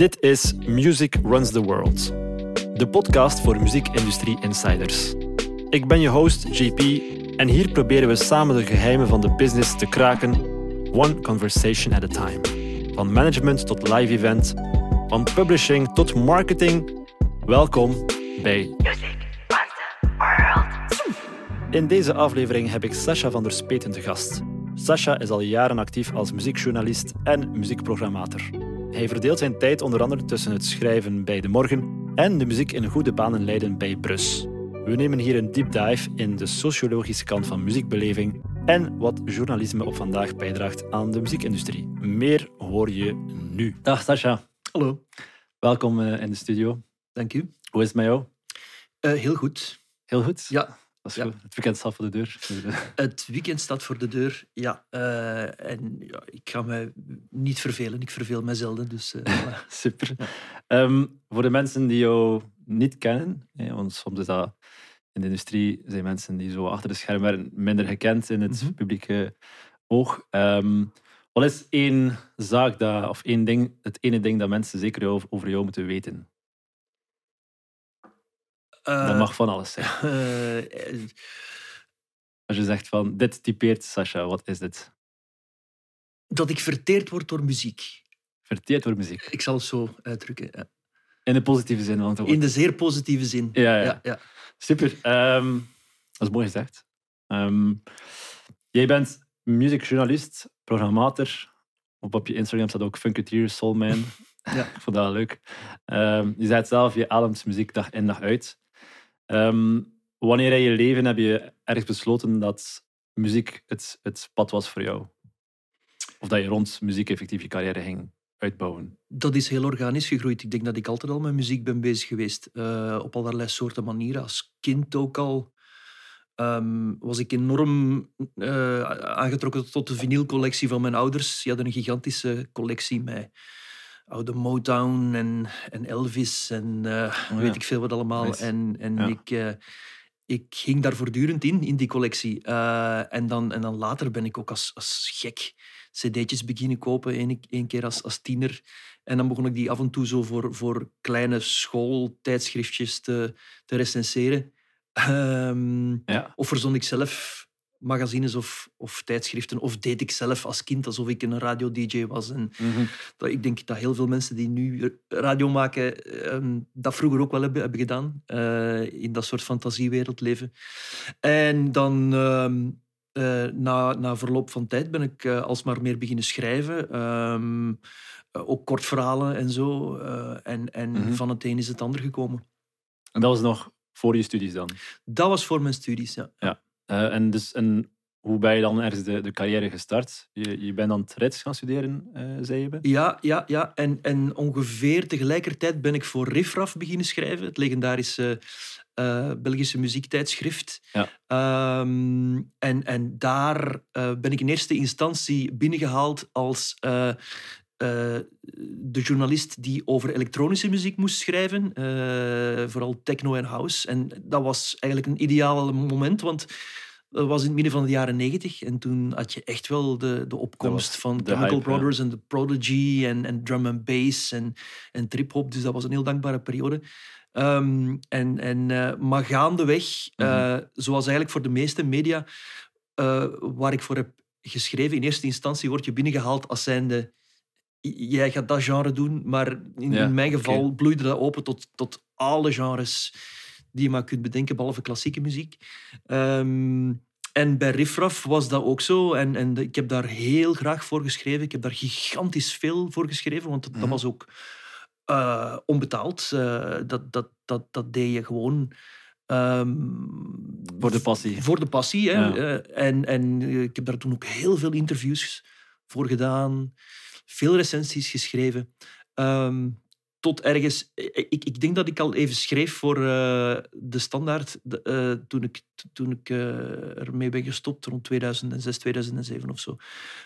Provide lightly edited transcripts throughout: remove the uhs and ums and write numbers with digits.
Dit is Music Runs the World, de podcast voor muziekindustrie insiders. Ik ben je host JP en hier proberen we samen de geheimen van de business te kraken, one conversation at a time. Van management tot live event, van publishing tot marketing. Welkom bij Music Runs the World. In deze aflevering heb ik Sascha van der Speten te gast. Sascha is al jaren actief als muziekjournalist en muziekprogrammator. Hij verdeelt zijn tijd onder andere tussen het schrijven bij De Morgen en de muziek in goede banen leiden bij Brus. We nemen hier een deep dive in de sociologische kant van muziekbeleving en wat journalisme op vandaag bijdraagt aan de muziekindustrie. Meer hoor je nu. Dag Sascha. Hallo. Welkom in de studio. Dank u. Hoe is het met jou? Heel goed. Heel goed? Ja. Dat is goed. Het weekend staat voor de deur. Het weekend staat voor de deur, ja. En ja, ik ga me niet vervelen. Ik verveel mij zelden, dus voilà. Super. Ja. Voor de mensen die jou niet kennen, want soms is dat in de industrie, zijn mensen die zo achter de schermen werden minder gekend in het publieke oog. Wat is één zaak of één ding, het ene ding dat mensen zeker over jou moeten weten? Dat mag van alles zijn. Als je zegt van, dit typeert Sascha, wat is dit? Dat ik verteerd word door muziek. Verteerd door muziek? Ik zal het zo uitdrukken, ja. In de positieve zin? Want in de zeer positieve zin. Ja. Super. Dat is mooi gezegd. Jij bent muziekjournalist, programmator. Op je Instagram staat ook Funketeer, Soulman. Ja. Ik vond dat wel leuk. Je zei het zelf, je ademt muziek dag in dag uit. Wanneer in je leven heb je ergens besloten dat muziek het pad was voor jou? Of dat je rond muziek effectief je carrière ging uitbouwen? Dat is heel organisch gegroeid. Ik denk dat ik altijd al met muziek ben bezig geweest. Op allerlei soorten manieren. Als kind ook al. Was ik enorm aangetrokken tot de vinylcollectie van mijn ouders. Die hadden een gigantische collectie met oude Motown en Elvis en weet ik veel wat allemaal. Nice. En ik ging daar voortdurend in die collectie. En dan later ben ik ook als gek cd'tjes beginnen kopen, één keer als tiener. En dan begon ik die af en toe zo voor kleine schooltijdschriftjes te recenseren. Of verzon ik zelf magazines of tijdschriften, of deed ik zelf als kind alsof ik een radio-dj was. En ik denk dat heel veel mensen die nu radio maken dat vroeger ook wel hebben gedaan, in dat soort fantasiewereld leven. En dan na verloop van tijd ben ik alsmaar meer beginnen schrijven, ook kortverhalen en zo. En van het een is het ander gekomen. En dat was nog voor je studies dan? Dat was voor mijn studies, ja. En hoe ben je dan ergens de carrière gestart? Je bent dan Rits gaan studeren, zei je? Ja. En ongeveer tegelijkertijd ben ik voor Riff-Raff beginnen schrijven. Het legendarische Belgische muziektijdschrift. Ja. En daar ben ik in eerste instantie binnengehaald als de journalist die over elektronische muziek moest schrijven. Vooral techno en house. En dat was eigenlijk een ideaal moment, want dat was in het midden van de jaren 90. En toen had je echt wel de opkomst van Chemical Brothers en The Prodigy en drum and bass en trip-hop. Dus dat was een heel dankbare periode. Maar gaandeweg, zoals eigenlijk voor de meeste media waar ik voor heb geschreven, in eerste instantie word je binnengehaald als zijnde, jij gaat dat genre doen, maar in mijn geval bloeide dat open tot alle genres die je maar kunt bedenken, behalve klassieke muziek. En bij Riff-Raff was dat ook zo. En ik heb daar heel graag voor geschreven. Ik heb daar gigantisch veel voor geschreven, want dat was ook onbetaald. Dat deed je gewoon voor de passie. Voor de passie, hè. Ja. En ik heb daar toen ook heel veel interviews voor gedaan. Veel recensies geschreven. Tot ergens... Ik denk dat ik al even schreef voor De Standaard toen ik ermee ben gestopt, rond 2006, 2007 of zo.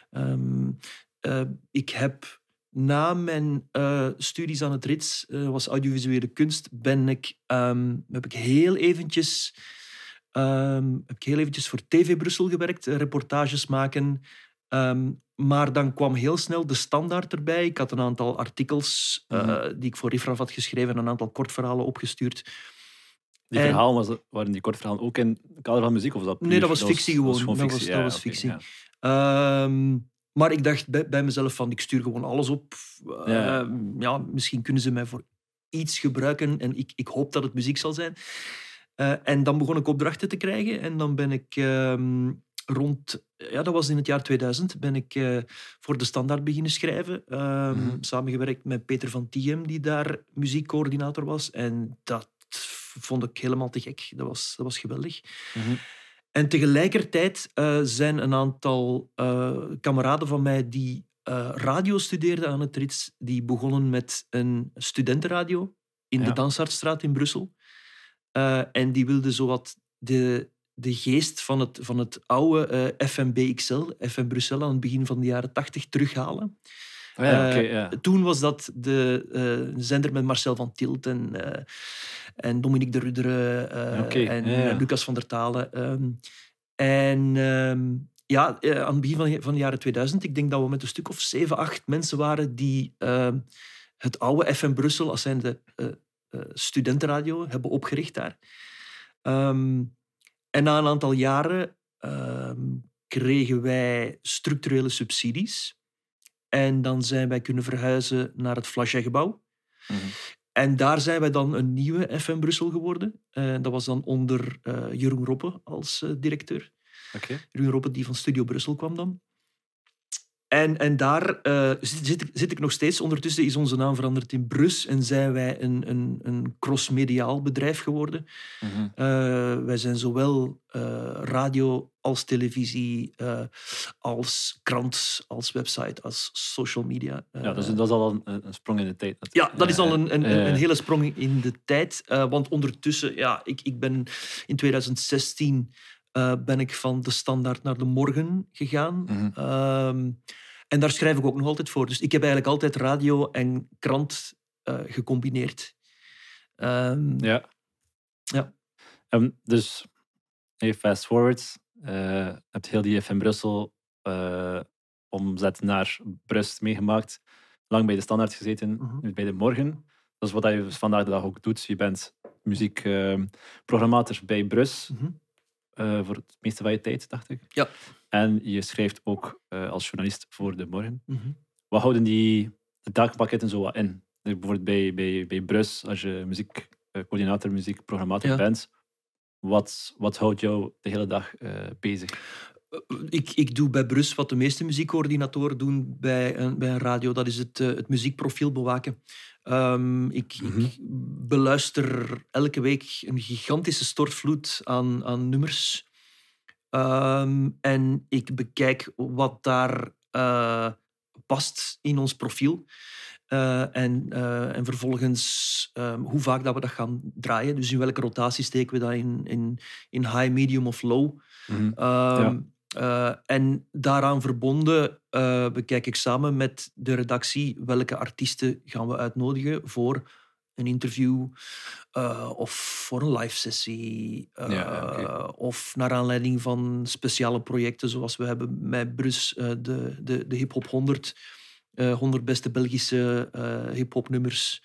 Ik heb na mijn studies aan het Rits, was audiovisuele kunst, heb ik heel eventjes voor TV Brussel gewerkt, reportages maken Maar dan kwam heel snel de standaard erbij. Ik had een aantal artikels die ik voor Rifraf had geschreven en een aantal kortverhalen opgestuurd. Die verhalen, waren die kortverhalen ook in het kader van muziek? Of dat puur, nee, dat was fictie gewoon. Dat was fictie. Maar ik dacht bij mezelf van, ik stuur gewoon alles op. Misschien kunnen ze mij voor iets gebruiken en ik hoop dat het muziek zal zijn. En dan begon ik opdrachten te krijgen en dan ben ik dat was in het jaar 2000, ben ik voor de Standaard beginnen schrijven. Samengewerkt met Peter van Tiem, die daar muziekcoördinator was. En dat vond ik helemaal te gek. Dat was geweldig. En tegelijkertijd zijn een aantal kameraden van mij die radio studeerden aan het RITS, die begonnen met een studentenradio in de Dansaardstraat in Brussel. En die wilden zowat de geest van het oude FM BXL, FM Brussel, aan het begin van de jaren 80 terughalen. Toen was dat de zender met Marcel van Tielt en Dominique de Rudderen en Lucas van der Talen. Aan het begin van de jaren 2000, ik denk dat we met een stuk of 7, 8 mensen waren die het oude FM Brussel, als zijnde studentenradio, hebben opgericht daar. En na een aantal jaren kregen wij structurele subsidies. En dan zijn wij kunnen verhuizen naar het Flagey-gebouw. En daar zijn wij dan een nieuwe FM Brussel geworden. Dat was dan onder Jeroen Roppe als directeur. Jeroen Roppe, die van Studio Brussel kwam dan. En daar zit ik nog steeds. Ondertussen is onze naam veranderd in Brus en zijn wij een crossmediaal bedrijf geworden. Wij zijn zowel radio als televisie, als krant, als website, als social media. Dus dat is al een sprong in de tijd. Natuurlijk. Ja, dat is al een hele sprong in de tijd. Want ondertussen, ik ben in 2016... ben ik van de Standaard naar de Morgen gegaan. En daar schrijf ik ook nog altijd voor. Dus ik heb eigenlijk altijd radio en krant gecombineerd. Dus, fast forward. Hebt heel die FM Brussel omzet naar Brust meegemaakt. Lang bij de Standaard gezeten, nu bij de Morgen. Dat is wat je vandaag de dag ook doet. Je bent muziekprogrammator bij Brus. Voor het meeste van je tijd, dacht ik. Ja. En je schrijft ook als journalist voor de Morgen. Wat houden die taakpakketten zo wat in? Bijvoorbeeld bij Brus, als je muziekcoördinator, muziekprogrammator bent, wat houdt jou de hele dag bezig? Ik doe bij Brus wat de meeste muziekcoördinatoren doen bij een radio. Dat is het muziekprofiel bewaken. Ik beluister elke week een gigantische stortvloed aan nummers. En ik bekijk wat daar past in ons profiel. En vervolgens hoe vaak dat we dat gaan draaien. Dus in welke rotatie steken we dat in high, medium of low. En daaraan verbonden bekijk ik samen met de redactie welke artiesten gaan we uitnodigen voor een interview of voor een live sessie. Of naar aanleiding van speciale projecten zoals we hebben met Brus de Hip-Hop 100. 100 beste Belgische hip-hop nummers.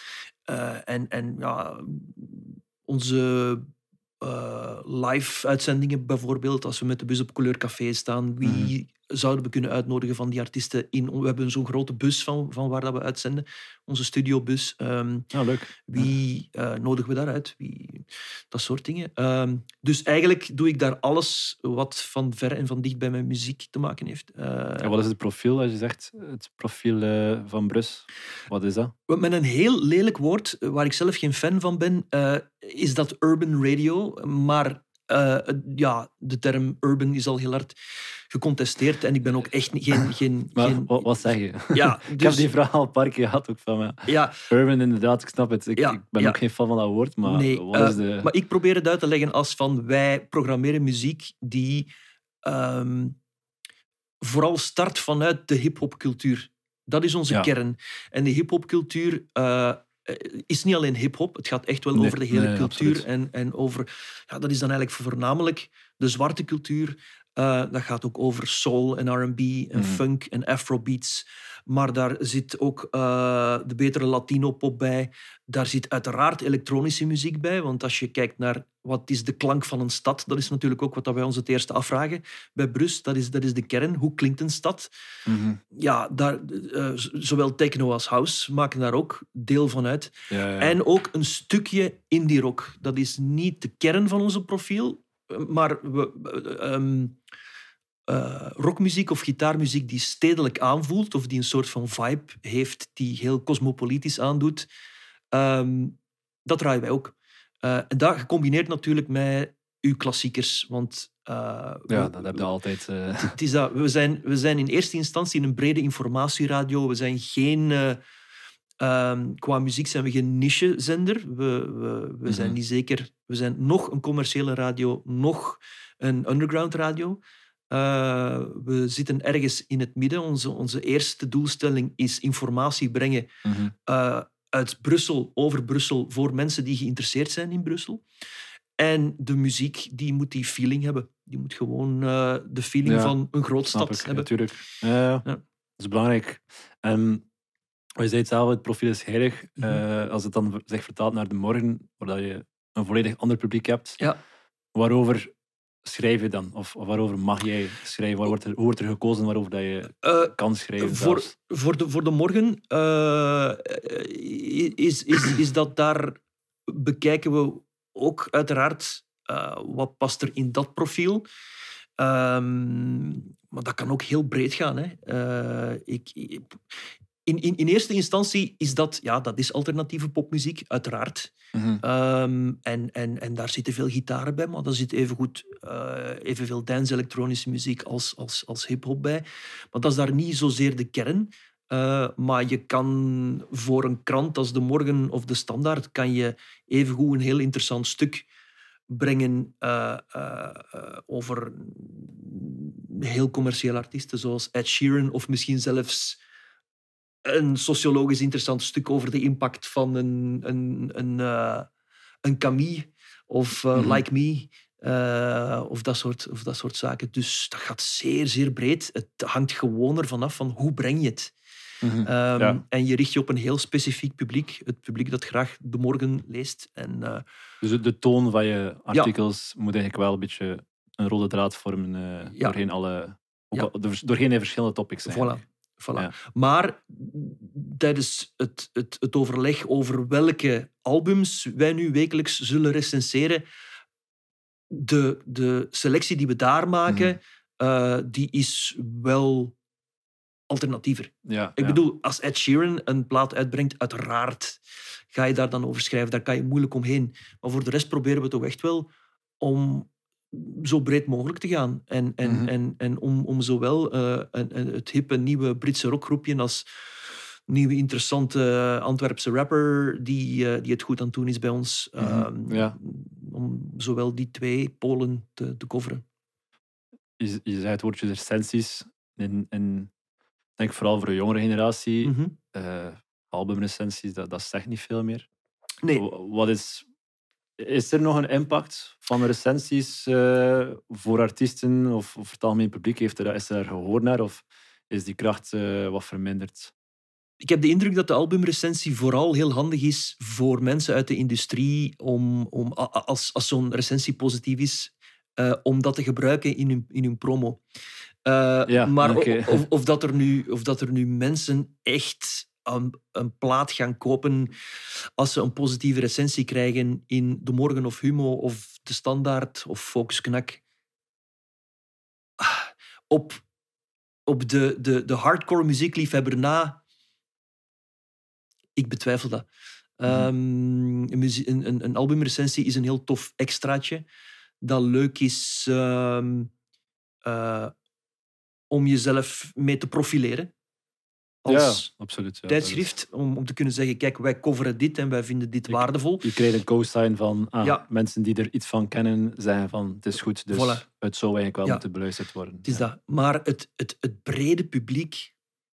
Onze live-uitzendingen bijvoorbeeld, als we met de bus op Couleur Café staan, wie zouden we kunnen uitnodigen van die artiesten in? We hebben zo'n grote bus van waar dat we uitzenden, onze studiobus. Leuk. Wie nodigen we daaruit? Dat soort dingen. Dus eigenlijk doe ik daar alles wat van ver en van dicht bij mijn muziek te maken heeft. En wat is het profiel, als je zegt, het profiel van Brus? Wat is dat? Met een heel lelijk woord, waar ik zelf geen fan van ben, is dat urban radio. Maar de term urban is al heel hard gecontesteerd en ik ben ook echt geen... Wat zeg je? Ja, dus, ik heb die vraag al een paar keer gehad ook van me. Ja, urban, inderdaad, ik snap het. Ik ben ook geen fan van dat woord, maar wat is de... Maar ik probeer het uit te leggen als van wij programmeren muziek die vooral start vanuit de hip-hopcultuur. Dat is onze kern. En de hip-hopcultuur is niet alleen hip-hop, het gaat echt wel over de hele cultuur. En over, dat is dan eigenlijk voornamelijk de zwarte cultuur, Dat gaat ook over soul en R&B en funk en afrobeats. Maar daar zit ook de betere Latino-pop bij. Daar zit uiteraard elektronische muziek bij. Want als je kijkt naar wat is de klank van een stad, dat is natuurlijk ook wat wij ons het eerste afvragen bij Brus. Dat is de kern. Hoe klinkt een stad? Ja, zowel techno als house maken daar ook deel van uit. Ja. En ook een stukje indie rock. Dat is niet de kern van onze profiel, maar rockmuziek of gitaarmuziek die stedelijk aanvoelt of die een soort van vibe heeft die heel cosmopolitisch aandoet, dat draaien wij ook. En dat gecombineerd natuurlijk met uw klassiekers. Want, dat heb je altijd. Het is dat. We zijn in eerste instantie een brede informatieradio. We zijn geen... qua muziek zijn we geen niche-zender. We zijn niet zeker... We zijn nog een commerciële radio, nog een underground radio. We zitten ergens in het midden. Onze eerste doelstelling is informatie brengen uit Brussel, over Brussel, voor mensen die geïnteresseerd zijn in Brussel. En de muziek, die moet die feeling hebben. Die moet gewoon de feeling van een grootstad hebben. Natuurlijk. Dat is belangrijk. Je zei het zelf, het profiel is heilig. Als het dan zich vertaalt naar de morgen, waar je een volledig ander publiek hebt, waarover schrijf je dan? Of waarover mag jij schrijven? Hoe wordt er gekozen waarover dat je kan schrijven? Voor de morgen is dat daar... Bekijken we ook uiteraard wat past er in dat profiel. Maar dat kan ook heel breed gaan. Hè. In eerste instantie is dat is alternatieve popmuziek, uiteraard. En daar zitten veel gitaren bij, maar daar zit evenveel dance-elektronische muziek als hip-hop bij. Maar dat is daar niet zozeer de kern. Maar je kan voor een krant als De Morgen of De Standaard kan je evengoed een heel interessant stuk brengen over heel commerciële artiesten zoals Ed Sheeran of misschien zelfs een sociologisch interessant stuk over de impact van een Camille of Like Me of dat soort zaken. Dus dat gaat zeer, zeer breed. Het hangt gewoon ervan af van hoe breng je het. En je richt je op een heel specifiek publiek. Het publiek dat graag De Morgen leest. Dus de toon van je artikels moet eigenlijk wel een beetje een rode draad vormen doorheen de verschillende topics. Voilà. Ja. Maar tijdens het overleg over welke albums wij nu wekelijks zullen recenseren, de selectie die we daar maken, die is wel alternatiever. Ik bedoel, als Ed Sheeran een plaat uitbrengt, uiteraard ga je daar dan over schrijven. Daar kan je moeilijk omheen. Maar voor de rest proberen we toch echt wel om zo breed mogelijk te gaan. En om zowel het hippe nieuwe Britse rockgroepje als nieuwe interessante Antwerpse rapper die het goed aan het doen is bij ons. Om zowel die twee polen te coveren. Je zei het woordje recensies. Ik denk vooral voor de jongere generatie. Albumrecensies, dat zegt niet veel meer. Nee. Is er nog een impact van recensies voor artiesten of voor het algemeen publiek? Is er daar gehoor naar of is die kracht wat verminderd? Ik heb de indruk dat de albumrecensie vooral heel handig is voor mensen uit de industrie om als zo'n recensie positief is, om dat te gebruiken in hun promo. Of dat er nu mensen echt een plaat gaan kopen als ze een positieve recensie krijgen in De Morgen of Humo of De Standaard of Focus Knak. Op de hardcore muziekliefhebber na, ik betwijfel dat. Een albumrecensie is een heel tof extraatje dat leuk is om jezelf mee te profileren. Als absoluut, tijdschrift, om te kunnen zeggen, kijk, wij coveren dit en wij vinden dit waardevol. Je krijgt een co-sign van mensen die er iets van kennen, zeggen van, het is goed, dus het zou eigenlijk wel moeten beluisterd worden. Het is dat. Maar het brede publiek,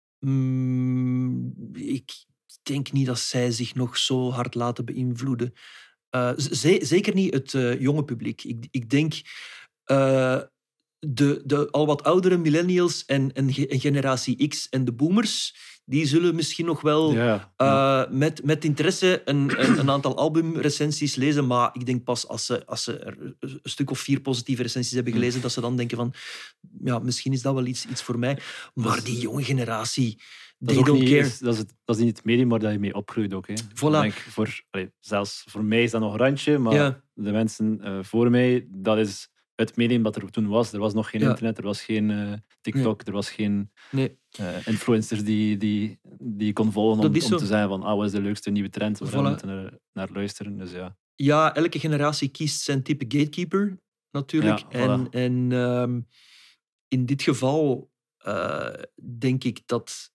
ik denk niet dat zij zich nog zo hard laten beïnvloeden. Zeker niet het jonge publiek. Ik denk... de al wat oudere millennials en generatie X en de boomers, die zullen misschien nog wel met interesse een aantal albumrecensies lezen, maar ik denk pas als ze er een stuk of 4 positieve recensies hebben gelezen, dat ze dan denken van, ja, misschien is dat wel iets voor mij. Maar die jonge generatie, they don't care. Dat is niet het medium waar je mee opgroeit ook. Hè. Voilà. Zelfs voor mij is dat nog een randje, maar de mensen voor mij, dat is het medium dat er toen was. Er was nog geen internet, er was geen TikTok, er was geen influencers die je kon volgen om te zeggen van wat is de leukste nieuwe trend waar we moeten naar luisteren. Dus ja. Ja, elke generatie kiest zijn type gatekeeper, natuurlijk. Ja, en in dit geval denk ik dat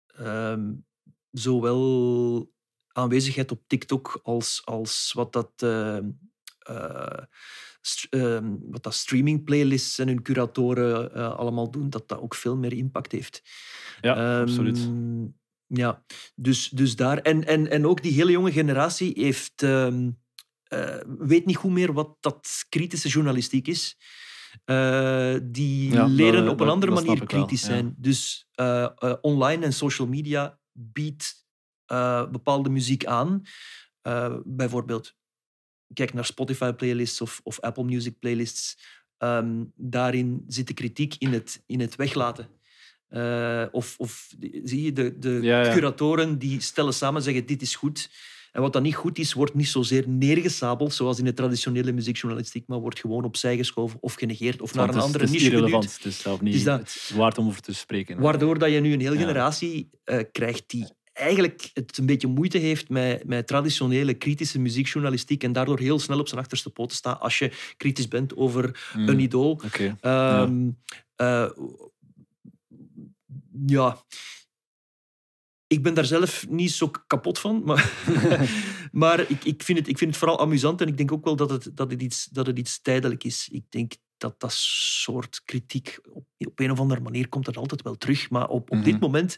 zowel aanwezigheid op TikTok als wat dat streaming playlists en hun curatoren allemaal doen, dat ook veel meer impact heeft. Ja, absoluut. Ja, dus daar. En ook die hele jonge generatie weet niet goed meer wat dat kritische journalistiek is. Die leren op een andere manier kritisch zijn. Ja. Dus online en social media biedt bepaalde muziek aan. Bijvoorbeeld, kijk naar Spotify-playlists of Apple Music-playlists. Daarin zit de kritiek in het weglaten. Of zie je, de curatoren die stellen samen en zeggen dit is goed. En wat dan niet goed is, wordt niet zozeer neergesabeld, zoals in de traditionele muziekjournalistiek, maar wordt gewoon opzij geschoven of genegeerd of naar een andere niche geduwd. Het is zelf niet het waard om over te spreken. Waardoor dat je nu een hele generatie krijgt die eigenlijk het een beetje moeite heeft met traditionele kritische muziekjournalistiek en daardoor heel snel op zijn achterste poten staat als je kritisch bent over een idool. Okay. Ik ben daar zelf niet zo kapot van, maar ik vind het vooral amusant en ik denk ook wel dat het iets tijdelijk is. Ik denk dat soort kritiek op een of andere manier komt dat altijd wel terug, maar op dit moment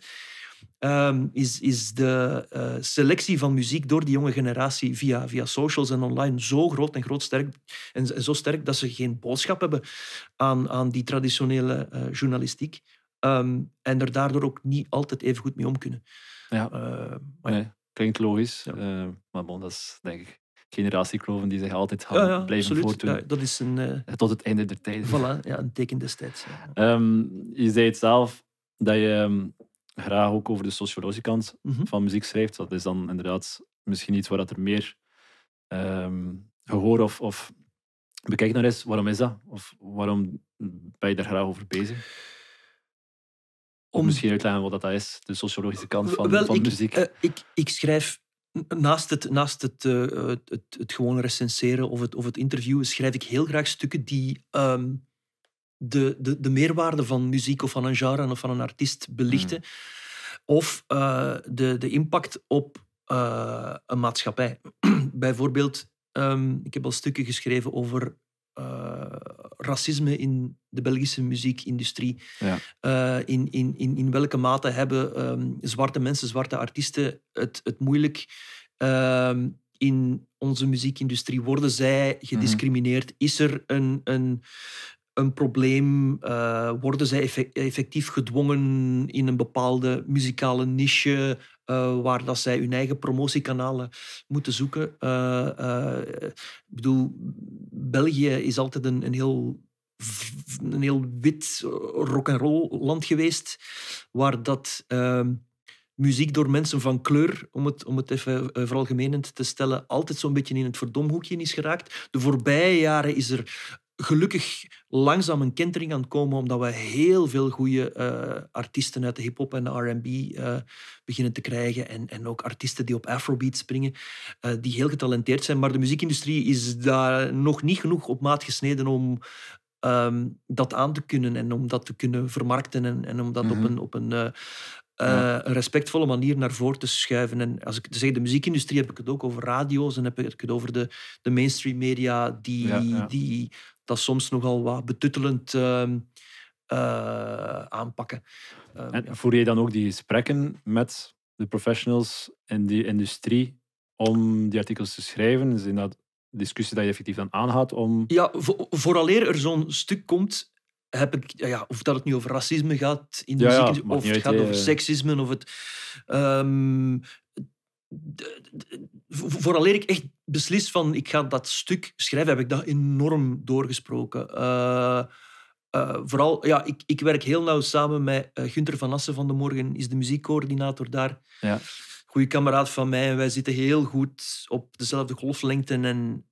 is de selectie van muziek door die jonge generatie via socials en online zo groot en sterk en zo sterk dat ze geen boodschap hebben aan die traditionele journalistiek. En er daardoor ook niet altijd even goed mee om kunnen. Klinkt logisch. Ja. Maar bon, dat is denk ik generatiekloven die zich altijd gaan blijven voortdoen. Ja, dat is tot het einde der tijden. Voilà, een teken destijds. Ja. Je zei het zelf dat je graag ook over de sociologische kant van muziek schrijft. Dat is dan inderdaad misschien iets waar dat er meer gehoor of bekijk naar is. Waarom is dat? Of waarom ben je daar graag over bezig? Misschien uitleggen wat dat is, de sociologische kant van muziek. Ik schrijf naast het gewone recenseren of het interviewen, schrijf ik heel graag stukken die de meerwaarde van muziek of van een genre of van een artiest belichten. Of de impact op een maatschappij. Bijvoorbeeld, ik heb al stukken geschreven over racisme in de Belgische muziekindustrie. Ja. In welke mate hebben zwarte mensen, zwarte artiesten het moeilijk in onze muziekindustrie? Worden zij gediscrimineerd? Is er een probleem? Worden zij effectief gedwongen in een bepaalde muzikale niche waar dat zij hun eigen promotiekanalen moeten zoeken? Ik bedoel, België is altijd een heel wit rock'n'roll land geweest, waar dat muziek door mensen van kleur, om het even veralgemenend te stellen, altijd zo'n beetje in het verdomhoekje is geraakt. De voorbije jaren is er gelukkig langzaam een kentering aan het komen, omdat we heel veel goede artiesten uit de hip-hop en de R&B beginnen te krijgen. En ook artiesten die op Afrobeat springen, die heel getalenteerd zijn. Maar de muziekindustrie is daar nog niet genoeg op maat gesneden om dat aan te kunnen en om dat te kunnen vermarkten en om dat op een respectvolle manier naar voren te schuiven. En als ik zeg de muziekindustrie, heb ik het ook over radio's en heb ik het over de mainstream media die dat soms nogal wat betuttelend aanpakken. Voer je dan ook die gesprekken met de professionals in die industrie om die artikels te schrijven? Zijn dat discussie dat je effectief dan aangaat om... Ja, vooraleer er zo'n stuk komt, heb ik, of dat het nu over racisme gaat in de Ja, muziek, maakt of niet het uit, gaat over seksisme, of het... Vooraleer ik echt beslis van ik ga dat stuk schrijven, heb ik dat enorm doorgesproken. Vooral, ik werk heel nauw samen met Gunther van Assen van de Morgen, is de muziekcoördinator daar. Ja. Goeie kameraad van mij. En wij zitten heel goed op dezelfde golflengte. En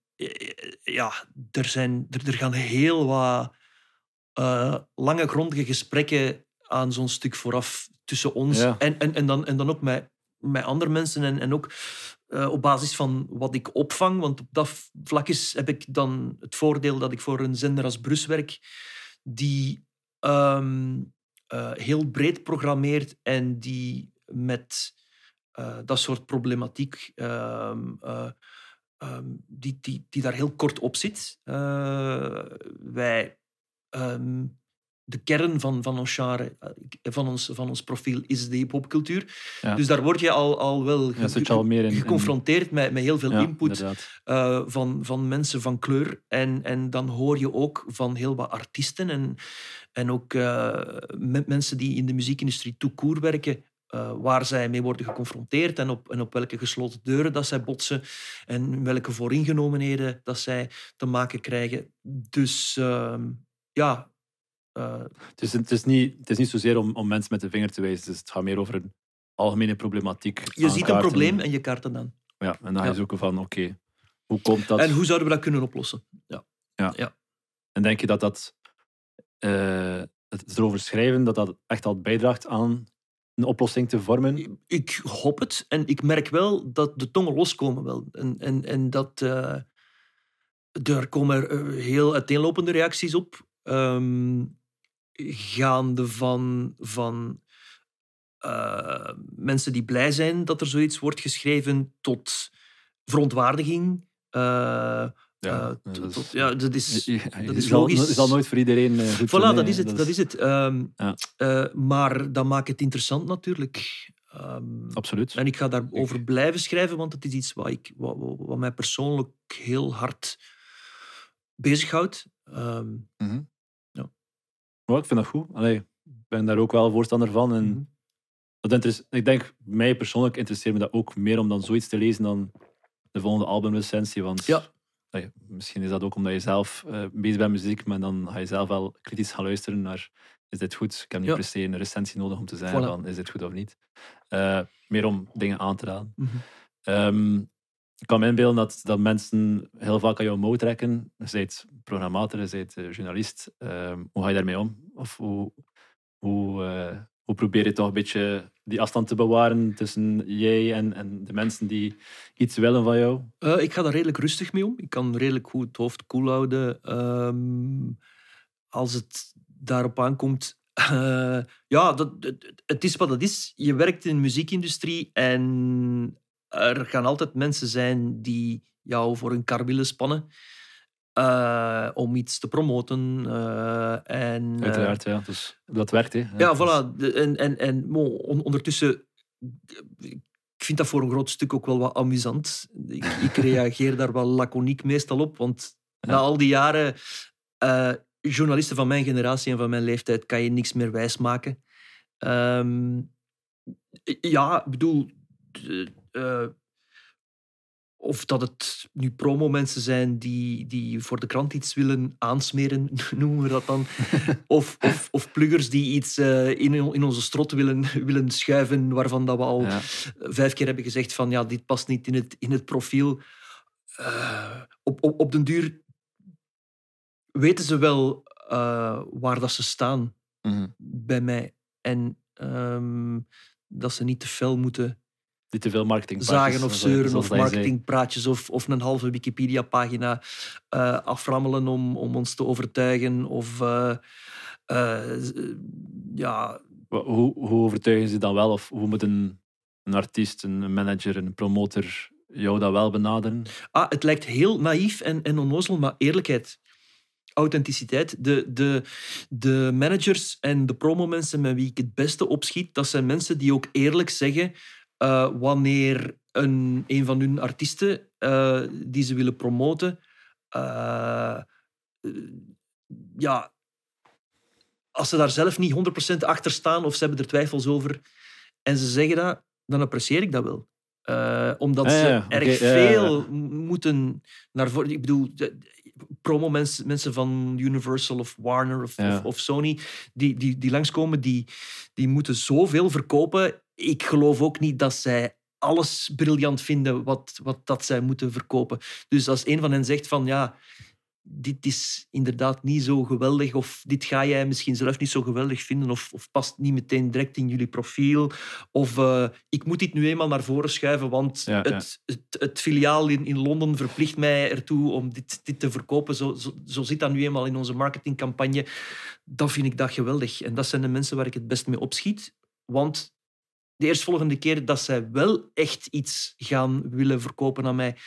er gaan heel wat lange, grondige gesprekken aan zo'n stuk vooraf tussen ons. Ja. En dan ook met andere mensen. En ook op basis van wat ik opvang. Want op dat vlak heb ik dan het voordeel dat ik voor een zender als Brus werk, die heel breed programmeert en die met dat soort problematiek die daar heel kort op zit. De kern van ons genre, van ons profiel, is de hip-hopcultuur. Ja. Dus daar word je al wel geconfronteerd met heel veel input van mensen van kleur. En dan hoor je ook van heel wat artiesten en ook met mensen die in de muziekindustrie tout court werken, waar zij mee worden geconfronteerd en op welke gesloten deuren dat zij botsen en welke vooringenomenheden dat zij te maken krijgen. Dus Het is niet zozeer om mensen met de vinger te wijzen. Dus het gaat meer over een algemene problematiek. Je ziet een probleem en je kaart het aan. Ja, en dan ga je zoeken van, oké, hoe komt dat? En hoe zouden we dat kunnen oplossen? Ja. En denk je dat het erover schrijven, dat echt al bijdraagt aan een oplossing te vormen? Ik hoop het. En ik merk wel dat de tongen loskomen wel. En dat er komen heel uiteenlopende reacties op. Gaande van mensen die blij zijn dat er zoiets wordt geschreven, tot verontwaardiging. Dat is logisch. Het zal nooit voor iedereen goed zijn. Voilà, dat is het. Maar dat maakt het interessant natuurlijk. Absoluut. En ik ga daarover blijven schrijven, want het is iets wat mij persoonlijk heel hard bezighoudt. Ja, ik vind dat goed. Ik ben daar ook wel voorstander van. En ik denk, mij persoonlijk interesseert me dat ook meer om dan zoiets te lezen dan de volgende albumrecensie. Want misschien is dat ook omdat je zelf bezig bent met muziek, maar dan ga je zelf wel kritisch gaan luisteren naar, is dit goed? Ik heb niet per se een recensie nodig om te zeggen van, is dit goed of niet? Meer om dingen aan te raden. Ik kan me inbeelden dat mensen heel vaak aan jouw mouw trekken. Je bent programmator, je bent journalist. Hoe ga je daarmee om? Of hoe probeer je toch een beetje die afstand te bewaren tussen jij en de mensen die iets willen van jou? Ik ga daar redelijk rustig mee om. Ik kan redelijk goed het hoofd koel houden. Als het daarop aankomt... het is wat het is. Je werkt in de muziekindustrie en er gaan altijd mensen zijn die jou voor een kar willen spannen om iets te promoten. Uiteraard, ja. Dus dat werkt, hè. Ja, voilà. Ondertussen... Ik vind dat voor een groot stuk ook wel wat amusant. Ik reageer daar wel laconiek meestal op, want na al die jaren... journalisten van mijn generatie en van mijn leeftijd kan je niks meer wijsmaken. Ik bedoel... of dat het nu promomensen zijn die voor de krant iets willen aansmeren, noemen we dat dan. of pluggers die iets in onze strot willen schuiven, waarvan dat we al 5 keer hebben gezegd van dit past niet in het profiel. Op den duur weten ze wel waar dat ze staan bij mij. En dat ze niet te fel moeten niet te veel marketingpraatjes zagen of zeuren of marketingpraatjes of een halve Wikipedia-pagina aframmelen om ons te overtuigen. Of Hoe overtuigen ze dan wel? Of hoe moet een artiest, een manager, een promotor jou dat wel benaderen? Het lijkt heel naïef en onnozel, maar eerlijkheid. Authenticiteit. De managers en de promomensen met wie ik het beste opschiet, dat zijn mensen die ook eerlijk zeggen wanneer een van hun artiesten die ze willen promoten als ze daar zelf niet 100% achter staan of ze hebben er twijfels over en ze zeggen dat, dan apprecieer ik dat wel. Omdat ze erg veel moeten naar voren. Ik bedoel, promo-mensen van Universal of Warner of Sony die langskomen, die moeten zoveel verkopen. Ik geloof ook niet dat zij alles briljant vinden wat dat zij moeten verkopen. Dus als een van hen zegt van ja, dit is inderdaad niet zo geweldig of dit ga jij misschien zelf niet zo geweldig vinden of past niet meteen direct in jullie profiel of ik moet dit nu eenmaal naar voren schuiven, want het filiaal in Londen verplicht mij ertoe om dit te verkopen. Zo zit dat nu eenmaal in onze marketingcampagne. Dan vind ik dat geweldig. En dat zijn de mensen waar ik het best mee opschiet. Want de eerstvolgende keer dat zij wel echt iets gaan willen verkopen aan mij...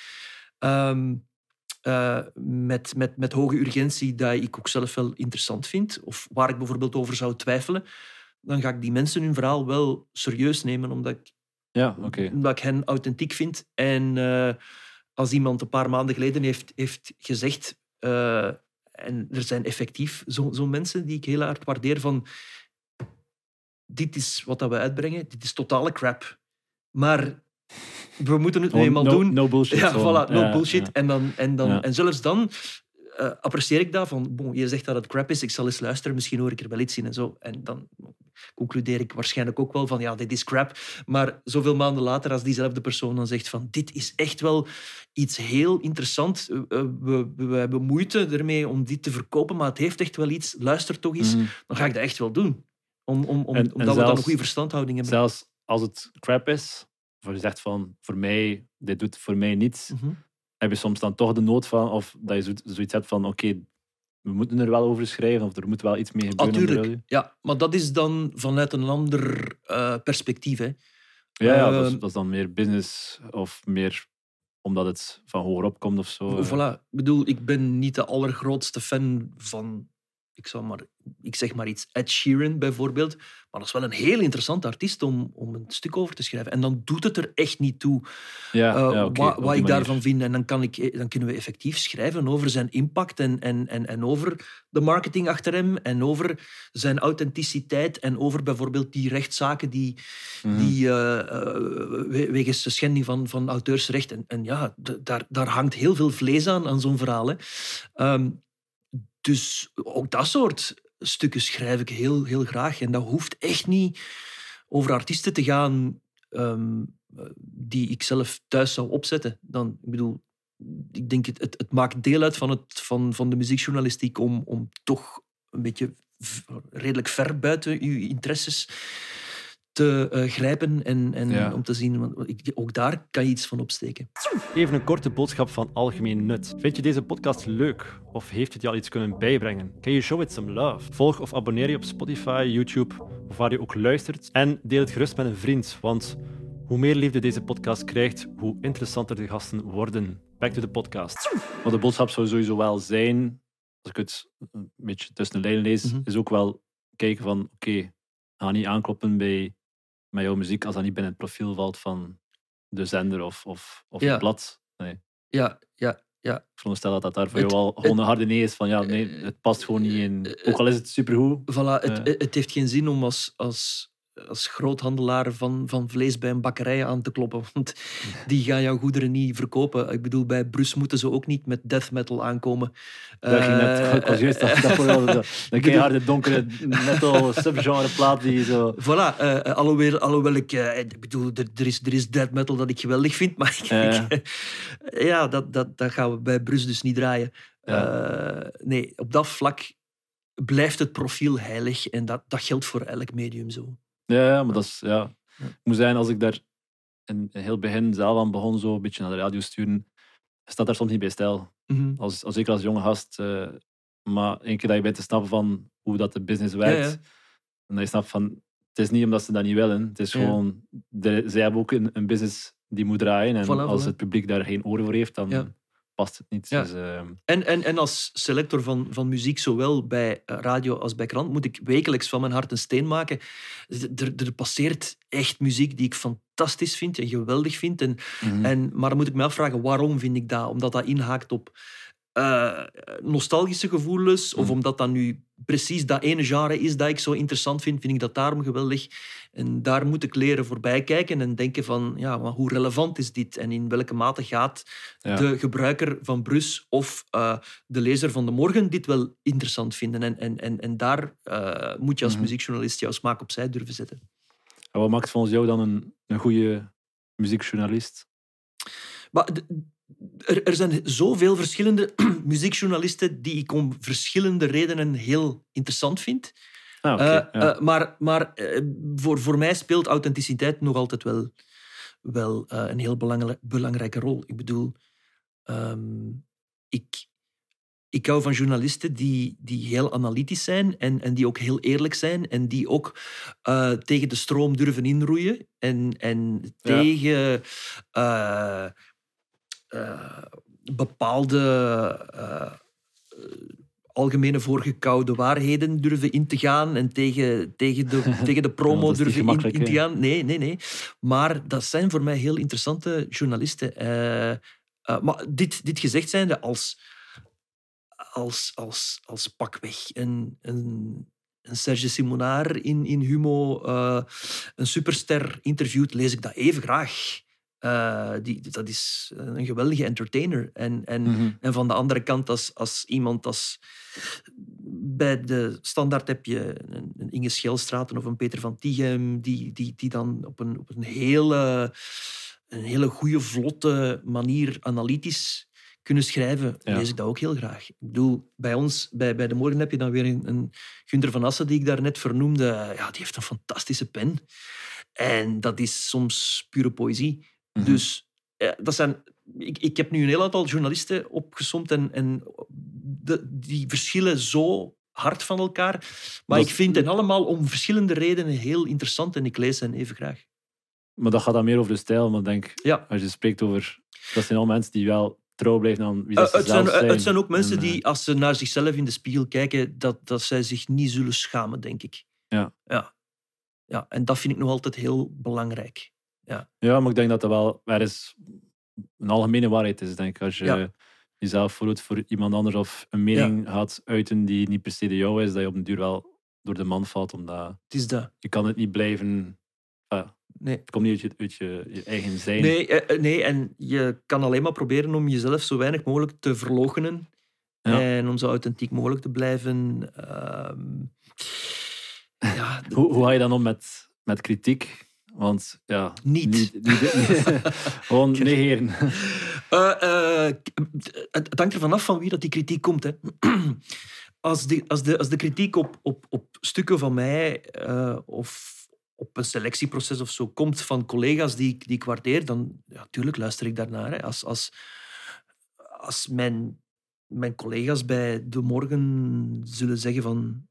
met hoge urgentie dat ik ook zelf wel interessant vind, of waar ik bijvoorbeeld over zou twijfelen, dan ga ik die mensen hun verhaal wel serieus nemen, omdat ik hen authentiek vind. En als iemand een paar maanden geleden heeft gezegd, en er zijn effectief zo'n mensen die ik heel hard waardeer, van dit is wat we uitbrengen, dit is totale crap. Maar we moeten het nu eenmaal doen. No bullshit. Ja, voilà, no bullshit. Ja. En zelfs dan apprecieer ik dat van, bon, je zegt dat het crap is, ik zal eens luisteren, misschien hoor ik er wel iets in en zo. En dan concludeer ik waarschijnlijk ook wel van, ja, dit is crap. Maar zoveel maanden later, als diezelfde persoon dan zegt van, dit is echt wel iets heel interessant. We hebben moeite ermee om dit te verkopen, maar het heeft echt wel iets. Luister toch eens. Dan ga ik dat echt wel doen. Omdat we dan een goede verstandhouding hebben. Zelfs als het crap is, of je zegt van, voor mij, dit doet voor mij niets, heb je soms dan toch de nood van, of dat je zoiets hebt van, oké, we moeten er wel over schrijven, of er moet wel iets mee gebeuren. Natuurlijk, ja. Maar dat is dan vanuit een ander perspectief. Hè. Dat is dan meer business, of meer omdat het van hogerop komt of zo. Voilà. Ik bedoel, ik ben niet de allergrootste fan van... Ik zeg maar iets, Ed Sheeran bijvoorbeeld. Maar dat is wel een heel interessant artiest om een stuk over te schrijven. En dan doet het er echt niet toe wat ik daarvan vind. En dan kunnen we effectief schrijven over zijn impact en over de marketing achter hem en over zijn authenticiteit en over bijvoorbeeld die rechtszaken die wegens de schending van auteursrecht. En ja, daar hangt heel veel vlees aan zo'n verhaal. Hè. Dus ook dat soort stukken schrijf ik heel, heel graag. En dat hoeft echt niet over artiesten te gaan die ik zelf thuis zou opzetten. Ik denk het maakt deel uit van de muziekjournalistiek om toch een beetje redelijk ver buiten uw interesses te grijpen en om te zien, want ook daar kan je iets van opsteken. Even een korte boodschap van algemeen nut. Vind je deze podcast leuk? Of heeft het je al iets kunnen bijbrengen? Can you show it some love? Volg of abonneer je op Spotify, YouTube of waar je ook luistert. En deel het gerust met een vriend, want hoe meer liefde deze podcast krijgt, hoe interessanter de gasten worden. Back to the podcast. Maar de boodschap zou sowieso wel zijn, als ik het een beetje tussen de lijnen lees, is ook wel kijken van, oké, ga niet aankloppen met jouw muziek als dat niet binnen het profiel valt van de zender of het blad. Nee. Ja. Ik veronderstel dat dat daar voor jou al gewoon een harde nee is van nee, het past gewoon niet in. Ook al is het supergoed. Voilà, het heeft geen zin om als groothandelaar van vlees bij een bakkerij aan te kloppen, want die gaan jouw goederen niet verkopen. Ik bedoel, bij Brus moeten ze ook niet met death metal aankomen. Ik was juist dat keiharde donkere metal subgenre plaat die zo... Voilà, alhoewel ik bedoel, er is death metal dat ik geweldig vind, maar dat gaan we bij Brus dus niet draaien. Nee, op dat vlak blijft het profiel heilig en dat geldt voor elk medium zo. Ja, maar dat is... Ja. Ik moet zeggen, als ik daar in heel begin zelf aan begon, zo een beetje naar de radio sturen, staat daar soms niet bij stil. Zeker als jonge gast. Maar een keer dat je bent te snappen van hoe dat de business werkt, en dat je snapt van, het is niet omdat ze dat niet willen, het is gewoon, zij hebben ook een business die moet draaien, en als het publiek daar geen oren voor heeft, dan past het niet. Ja. Dus, en als selector van muziek, zowel bij radio als bij krant, moet ik wekelijks van mijn hart een steen maken. Er passeert echt muziek die ik fantastisch vind en geweldig vind. Maar dan moet ik me afvragen, waarom vind ik dat? Omdat dat inhaakt op nostalgische gevoelens, of omdat dat nu precies dat ene genre is dat ik zo interessant vind ik dat daarom geweldig. En daar moet ik leren voorbij kijken en denken van, ja, maar hoe relevant is dit? En in welke mate gaat de gebruiker van Brus of de lezer van de morgen dit wel interessant vinden? En daar moet je als muziekjournalist jouw smaak opzij durven zetten. En wat maakt volgens jou dan een goede muziekjournalist? Maar er zijn zoveel verschillende muziekjournalisten die ik om verschillende redenen heel interessant vind. Maar voor mij speelt authenticiteit nog altijd wel een heel belangrijke rol. Ik bedoel, ik hou van journalisten die heel analytisch zijn en die ook heel eerlijk zijn en die ook tegen de stroom durven inroeien en tegen bepaalde algemene voorgekoude waarheden durven in te gaan en tegen de promo durven in te gaan. Nee. Maar dat zijn voor mij heel interessante journalisten. Maar dit gezegd zijnde, als pakweg een Serge Simonard in Humo een superster interviewt, lees ik dat even graag. Dat is een geweldige entertainer. En van de andere kant, als iemand bij de Standaard heb je een Inge Schelstraten of een Peter van Tichem die dan op een hele goede, vlotte manier analytisch kunnen schrijven, lees ik dat ook heel graag. Ik bedoel, bij ons, bij De Morgen heb je dan weer een Gunther van Assen, die ik daarnet vernoemde. Ja, die heeft een fantastische pen. En dat is soms pure poëzie. Dus dat zijn... Ik heb nu een heel aantal journalisten opgesomd en die verschillen zo hard van elkaar. Maar ik vind hen allemaal om verschillende redenen heel interessant en ik lees hen even graag. Maar dat gaat dan meer over de stijl. Maar ik denk, als je spreekt over... Dat zijn al mensen die wel trouw blijven aan wie ze zelf zijn. Het zijn ook mensen die, als ze naar zichzelf in de spiegel kijken, dat zij zich niet zullen schamen, denk ik. Ja, en dat vind ik nog altijd heel belangrijk. Ja, maar ik denk dat dat wel ergens een algemene waarheid is. Denk ik. Als je jezelf voordoet voor iemand anders of een mening gaat uiten die niet per se de jou is, dat je op een duur wel door de man valt. Omdat het is dat. Je kan het niet blijven... Nee. Het komt niet uit je eigen zijn. Nee, en je kan alleen maar proberen om jezelf zo weinig mogelijk te verloochenen. En om zo authentiek mogelijk te blijven. Hoe ga je dan om met kritiek? Want niet gewoon negeren. Het hangt ervan af van wie dat die kritiek komt. Hè. Als de kritiek op stukken van mij of op een selectieproces of zo komt van collega's die ik waardeer, dan tuurlijk luister ik daarnaar. Hè. Als mijn collega's bij De Morgen zullen zeggen van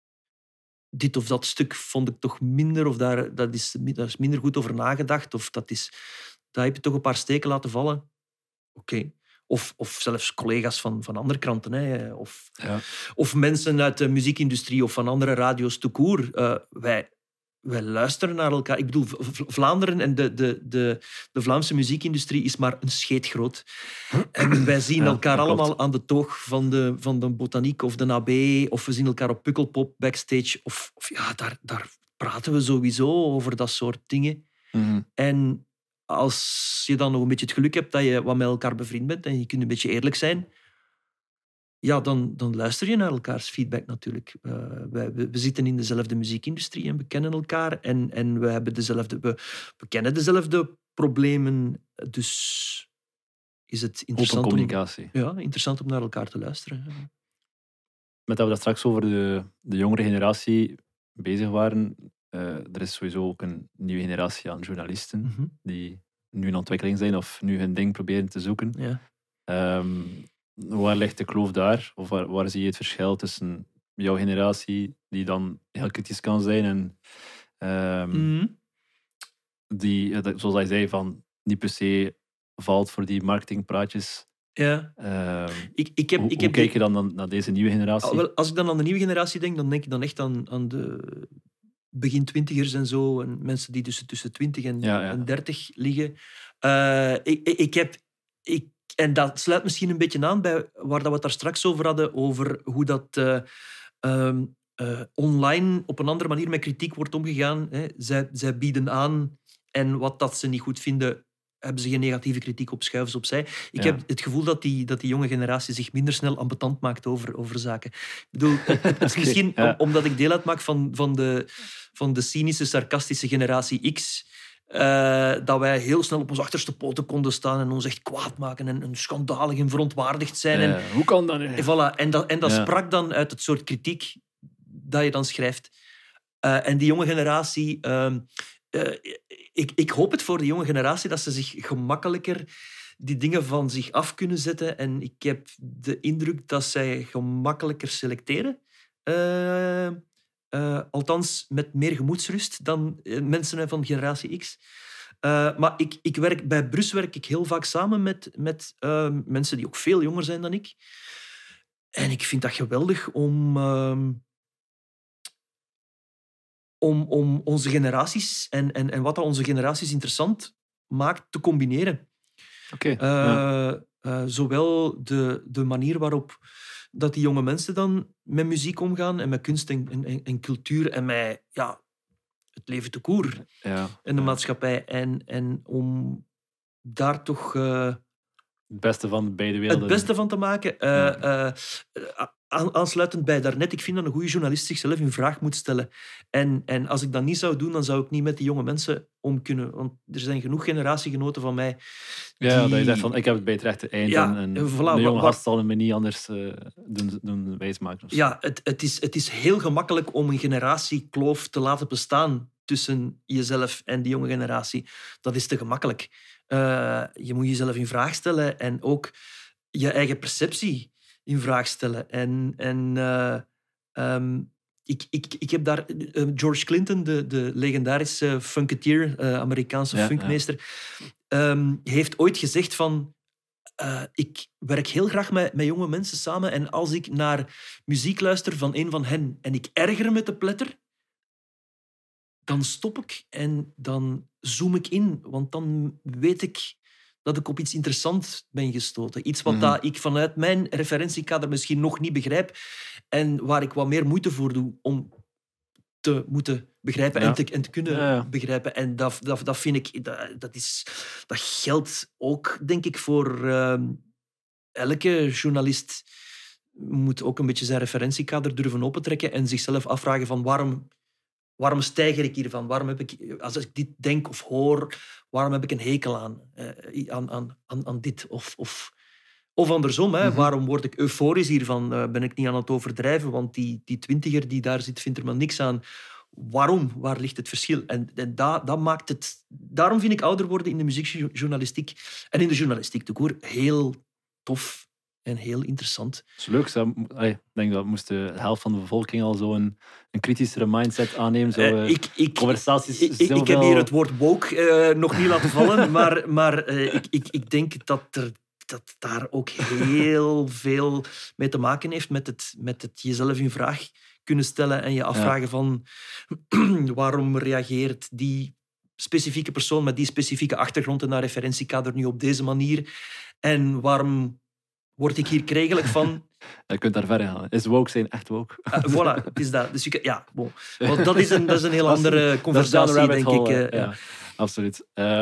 dit of dat stuk vond ik toch minder, of daar is minder goed over nagedacht, of daar heb je toch een paar steken laten vallen. Oké. Of zelfs collega's van andere kranten. Hè. Of mensen uit de muziekindustrie of van andere radio's tout court. Wij luisteren naar elkaar. Ik bedoel, Vlaanderen en de Vlaamse muziekindustrie is maar een scheet groot. En wij zien elkaar allemaal aan de toog van de Botaniek of de AB, of we zien elkaar op Pukkelpop backstage. Daar praten we sowieso over dat soort dingen. En als je dan nog een beetje het geluk hebt dat je wat met elkaar bevriend bent en je kunt een beetje eerlijk zijn, dan luister je naar elkaars feedback natuurlijk. We zitten in dezelfde muziekindustrie en we kennen elkaar en we kennen dezelfde problemen. Dus is het interessant open communicatie. Interessant om naar elkaar te luisteren. Met dat we dat straks over de jongere generatie bezig waren, er is sowieso ook een nieuwe generatie aan journalisten die nu in ontwikkeling zijn of nu hun ding proberen te zoeken. Ja. Waar ligt de kloof daar? Of waar zie je het verschil tussen jouw generatie, die dan heel kritisch kan zijn en die, zoals hij zei, van niet per se valt voor die marketingpraatjes. Ja. Hoe kijk je dan naar deze nieuwe generatie? Als ik dan aan de nieuwe generatie denk, dan denk ik dan echt aan de begin twintigers en zo, en mensen die tussen 20 en 30 liggen. En dat sluit misschien een beetje aan bij waar dat we het daar straks over hadden, over hoe dat online op een andere manier met kritiek wordt omgegaan. Hè. Zij bieden aan en wat dat ze niet goed vinden, hebben ze geen negatieve kritiek op, schuiven ze opzij. Ik heb het gevoel dat die jonge generatie zich minder snel ambetant maakt over zaken. Ik bedoel, het is misschien omdat ik deel uitmaak van de cynische, sarcastische generatie X, dat wij heel snel op onze achterste poten konden staan en ons echt kwaad maken en schandalig en verontwaardigd zijn. Hoe kan dat nu? En, voilà, en dat sprak dan uit het soort kritiek dat je dan schrijft. En die jonge generatie... Ik hoop het voor de jonge generatie dat ze zich gemakkelijker die dingen van zich af kunnen zetten. En ik heb de indruk dat zij gemakkelijker selecteren. Althans, met meer gemoedsrust dan mensen van generatie X. Maar bij Brus werk ik heel vaak samen met mensen die ook veel jonger zijn dan ik. En ik vind dat geweldig om onze generaties en wat dat onze generaties interessant maakt te combineren. Zowel de manier waarop dat die jonge mensen dan met muziek omgaan en met kunst en cultuur en met het leven te koer en de maatschappij. En om daar toch... het beste van beide werelden. Het beste van te maken. Aansluitend bij daarnet, ik vind dat een goede journalist zichzelf in vraag moet stellen. En als ik dat niet zou doen, dan zou ik niet met die jonge mensen om kunnen. Want er zijn genoeg generatiegenoten van mij die... Ja, dat je zegt van, ik heb het bij het rechte eind en de jonge gast zal me niet anders doen wijsmaken. Ja, het is heel gemakkelijk om een generatiekloof te laten bestaan tussen jezelf en die jonge generatie. Dat is te gemakkelijk. Je moet jezelf in vraag stellen en ook je eigen perceptie in vraag stellen. Ik heb daar... George Clinton, de legendarische funketeer, Amerikaanse funkmeester, heeft ooit gezegd van... ik werk heel graag met jonge mensen samen en als ik naar muziek luister van een van hen en ik erger me te pletter, dan stop ik en dan zoom ik in. Want dan weet ik dat ik op iets interessants ben gestoten. Iets wat dat ik vanuit mijn referentiekader misschien nog niet begrijp en waar ik wat meer moeite voor doe om te moeten begrijpen en te kunnen begrijpen. En dat vind ik... Dat geldt ook, denk ik, voor elke journalist. Moet ook een beetje zijn referentiekader durven opentrekken en zichzelf afvragen van waarom stijger ik hiervan? Waarom heb ik, als ik dit denk of hoor, waarom heb ik een hekel aan dit? Of andersom, waarom word ik euforisch hiervan? Ben ik niet aan het overdrijven? Want die twintiger die daar zit, vindt er maar niks aan. Waarom? Waar ligt het verschil? En dat maakt het... Daarom vind ik ouder worden in de muziekjournalistiek en in de journalistiek te koer heel tof en heel interessant. Dat is leuk. Ik denk dat moest de helft van de bevolking al zo een kritischere mindset aannemen. Conversaties... Ik heb hier het woord woke nog niet laten vallen, maar ik denk dat daar ook heel veel mee te maken heeft met het jezelf in vraag kunnen stellen en je afvragen van waarom reageert die specifieke persoon met die specifieke achtergrond en naar referentiekader nu op deze manier en waarom word ik hier kregelijk van? Je kunt daar verder gaan. Is woke zijn echt woke? Voilà, het is dat. Dus bon. Want dat is een heel andere conversatie, denk ik. Ja, absoluut.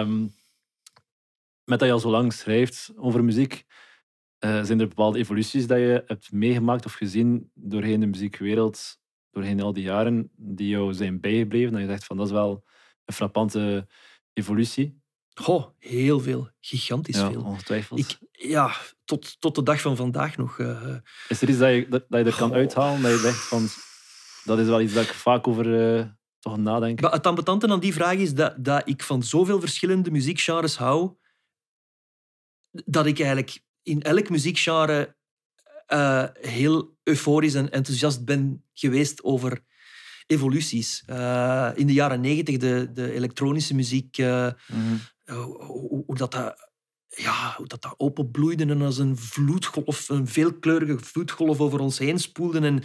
Met dat je al zo lang schrijft over muziek, zijn er bepaalde evoluties dat je hebt meegemaakt of gezien doorheen de muziekwereld, doorheen al die jaren, die jou zijn bijgebleven? Dat je zegt van, dat is wel een frappante evolutie. Goh, heel veel. Gigantisch veel. Ongetwijfeld. Tot de dag van vandaag nog. Is er iets dat je er kan uithalen? Dat je zegt van, dat is wel iets dat ik vaak over toch nadenk. Maar het ambetante aan die vraag is dat ik van zoveel verschillende muziekgenres hou, dat ik eigenlijk in elk muziekgenre heel euforisch en enthousiast ben geweest over evoluties. In de jaren 90, de elektronische muziek, hoe dat openbloeide en als een vloedgolf, een veelkleurige vloedgolf over ons heen spoelde. En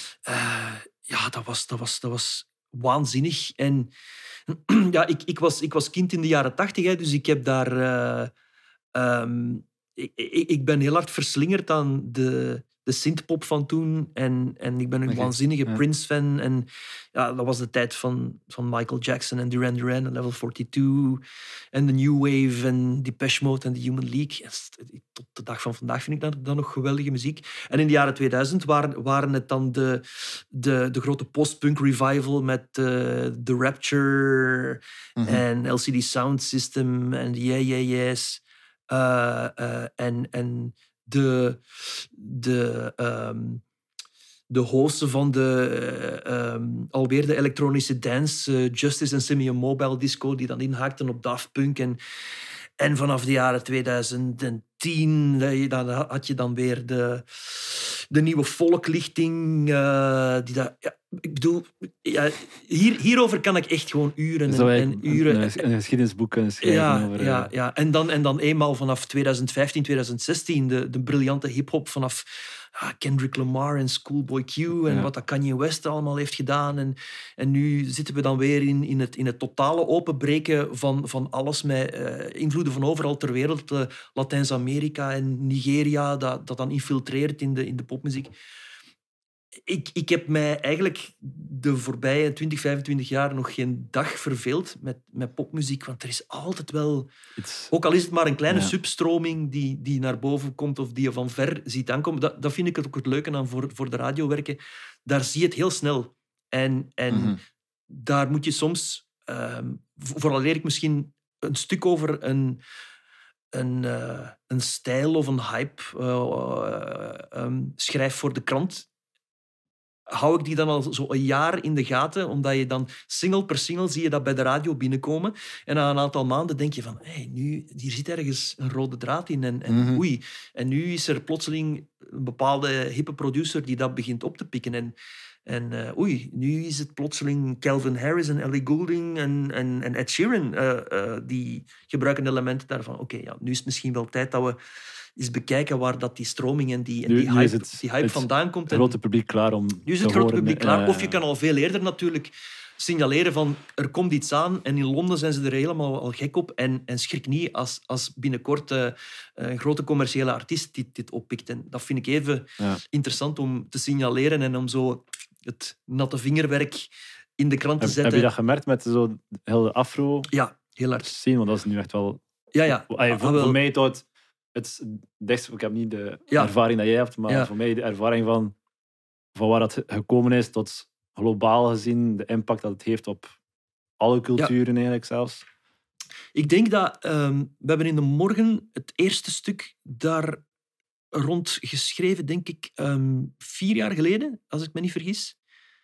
dat was waanzinnig. En ik was kind in de jaren 80, dus ik heb daar ik ben heel hard verslingerd aan de synthpop van toen. En ik ben een waanzinnige Prince-fan. En ja, dat was de tijd van Michael Jackson en Duran Duran en Level 42. En de New Wave en Depeche Mode en The Human League. En tot de dag van vandaag vind ik dat nog geweldige muziek. En in de jaren 2000 waren het dan de grote post-punk revival met The Rapture en LCD Sound System en Yeah Yeah Yeahs. En de hosten van alweer de elektronische dance, Justice en Simeon Mobile Disco, die dan inhaakten op Daft Punk. En vanaf de jaren 2010 dan had je dan weer de nieuwe volklichting. Ik bedoel, hierover kan ik echt gewoon uren en uren. Een geschiedenisboek kunnen schrijven. Over, ja. En dan eenmaal vanaf 2015, 2016 de briljante hiphop vanaf Kendrick Lamar en Schoolboy Q en wat dat Kanye West allemaal heeft gedaan. En nu zitten we dan weer in het totale openbreken van alles met invloeden van overal ter wereld. Latijns-Amerika en Nigeria, dat dan infiltreert in de popmuziek. Ik heb mij eigenlijk de voorbije 20, 25 jaar nog geen dag verveeld met popmuziek. Want er is altijd wel... Ook al is het maar een kleine substroming die naar boven komt of die je van ver ziet aankomen. Dat vind ik ook het leuke aan voor de radio werken. Daar zie je het heel snel. En daar moet je soms... vooraleer ik misschien een stuk over een stijl of een hype schrijf voor de krant... hou ik die dan al zo een jaar in de gaten, omdat je dan single per single zie je dat bij de radio binnenkomen. En na een aantal maanden denk je van, hier zit ergens een rode draad in. En oei. En nu is er plotseling een bepaalde hippe producer die dat begint op te pikken. En oei, nu is het plotseling Calvin Harris en Ellie Goulding en Ed Sheeran die gebruiken elementen daarvan. Oké, nu is het misschien wel tijd dat we eens bekijken waar dat die stroming en die hype vandaan komt. Het grote publiek klaar om nu is het grote publiek klaar. Of je kan al veel eerder natuurlijk signaleren van er komt iets aan en in Londen zijn ze er helemaal al gek op. En schrik niet als binnenkort een grote commerciële artiest dit oppikt. En dat vind ik even interessant om te signaleren en om zo het natte vingerwerk in de krant te zetten. Heb je dat gemerkt met zo heel de afro? Ja, heel hard. Zien, want dat is nu echt wel... Ja. Voor mij het dichtst, ik heb niet de ervaring dat jij hebt, maar voor mij de ervaring van waar dat gekomen is tot globaal gezien, de impact dat het heeft op alle culturen eigenlijk zelfs. Ik denk dat we hebben in de morgen het eerste stuk daar rond geschreven, denk ik, 4 jaar geleden, als ik me niet vergis.